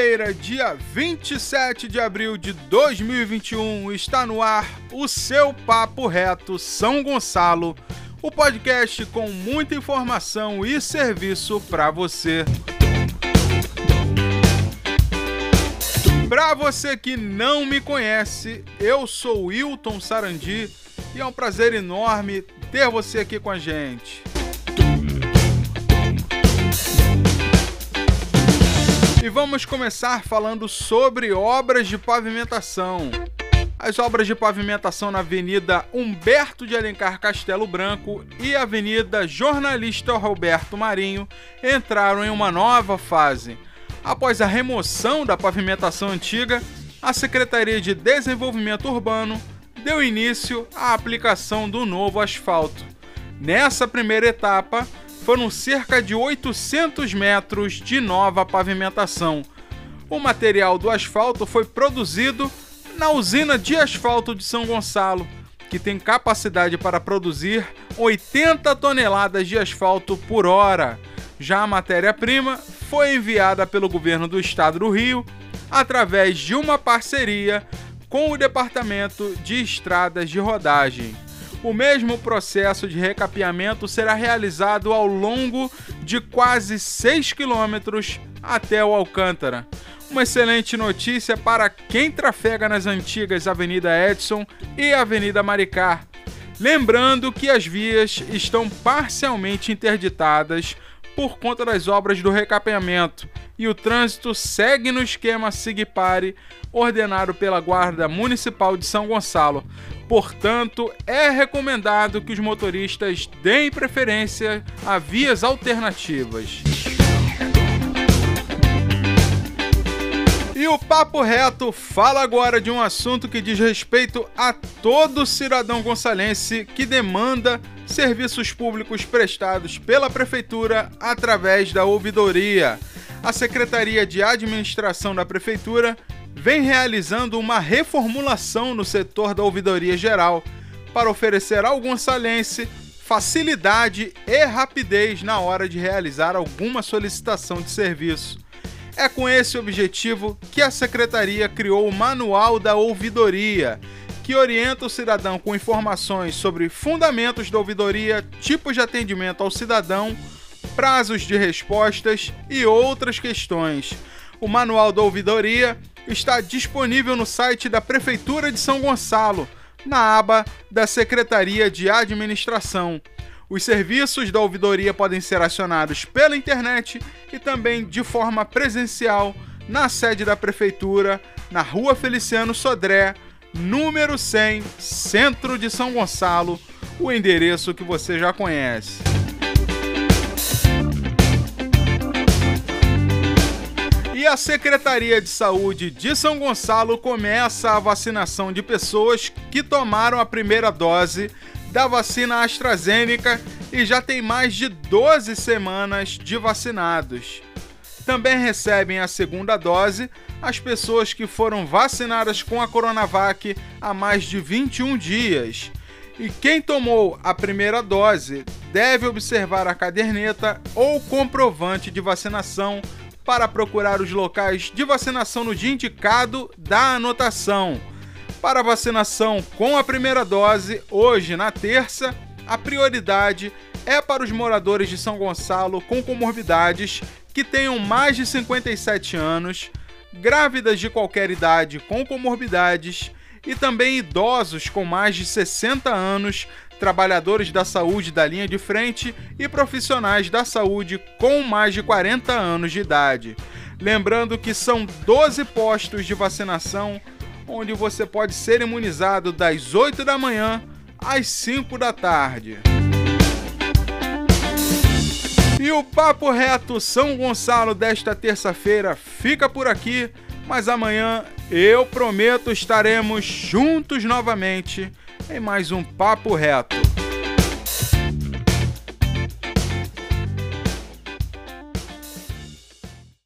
terça-feira, dia 27 de abril de 2021, está no ar o seu Papo Reto São Gonçalo, o podcast com muita informação e serviço para você. Para você que não me conhece, eu sou Wilton Sarandi e é um prazer enorme ter você aqui com a gente. E vamos começar falando sobre obras de pavimentação. As obras de pavimentação na Avenida Humberto de Alencar Castelo Branco e Avenida Jornalista Roberto Marinho entraram em uma nova fase. Após a remoção da pavimentação antiga, a Secretaria de Desenvolvimento Urbano deu início à aplicação do novo asfalto. Nessa primeira etapa, foram cerca de 800 metros de nova pavimentação. O material do asfalto foi produzido na usina de asfalto de São Gonçalo, que tem capacidade para produzir 80 toneladas de asfalto por hora. Já a matéria-prima foi enviada pelo governo do estado do Rio através de uma parceria com o Departamento de Estradas de Rodagem. O mesmo processo de recapeamento será realizado ao longo de quase 6 quilômetros até o Alcântara. Uma excelente notícia para quem trafega nas antigas Avenida Edson e Avenida Maricá. Lembrando que as vias estão parcialmente interditadas por conta das obras do recapeamento e o trânsito segue no esquema Sigue-Pare ordenado pela Guarda Municipal de São Gonçalo. Portanto, é recomendado que os motoristas deem preferência a vias alternativas. E o Papo Reto fala agora de um assunto que diz respeito a todo cidadão gonçalense que demanda serviços públicos prestados pela Prefeitura através da ouvidoria. A Secretaria de Administração da Prefeitura vem realizando uma reformulação no setor da ouvidoria geral para oferecer ao gonçalense facilidade e rapidez na hora de realizar alguma solicitação de serviço. É com esse objetivo que a Secretaria criou o Manual da Ouvidoria, que orienta o cidadão com informações sobre fundamentos da ouvidoria, tipos de atendimento ao cidadão, prazos de respostas e outras questões. O Manual da Ouvidoria está disponível no site da Prefeitura de São Gonçalo, na aba da Secretaria de Administração. Os serviços da ouvidoria podem ser acionados pela internet e também de forma presencial na sede da Prefeitura, na Rua Feliciano Sodré, número 100, Centro de São Gonçalo, o endereço que você já conhece. E a Secretaria de Saúde de São Gonçalo começa a vacinação de pessoas que tomaram a primeira dose da vacina AstraZeneca e já tem mais de 12 semanas de vacinados. Também recebem a segunda dose as pessoas que foram vacinadas com a Coronavac há mais de 21 dias. E quem tomou a primeira dose deve observar a caderneta ou comprovante de vacinação para procurar os locais de vacinação no dia indicado da anotação. Para vacinação com a primeira dose, hoje, na terça, a prioridade é para os moradores de São Gonçalo com comorbidades que tenham mais de 57 anos, grávidas de qualquer idade com comorbidades e também idosos com mais de 60 anos, trabalhadores da saúde da linha de frente e profissionais da saúde com mais de 40 anos de idade. Lembrando que são 12 postos de vacinação onde você pode ser imunizado das 8 da manhã às 5 da tarde. E o Papo Reto São Gonçalo desta terça-feira fica por aqui, mas amanhã eu prometo estaremos juntos novamente em mais um Papo Reto.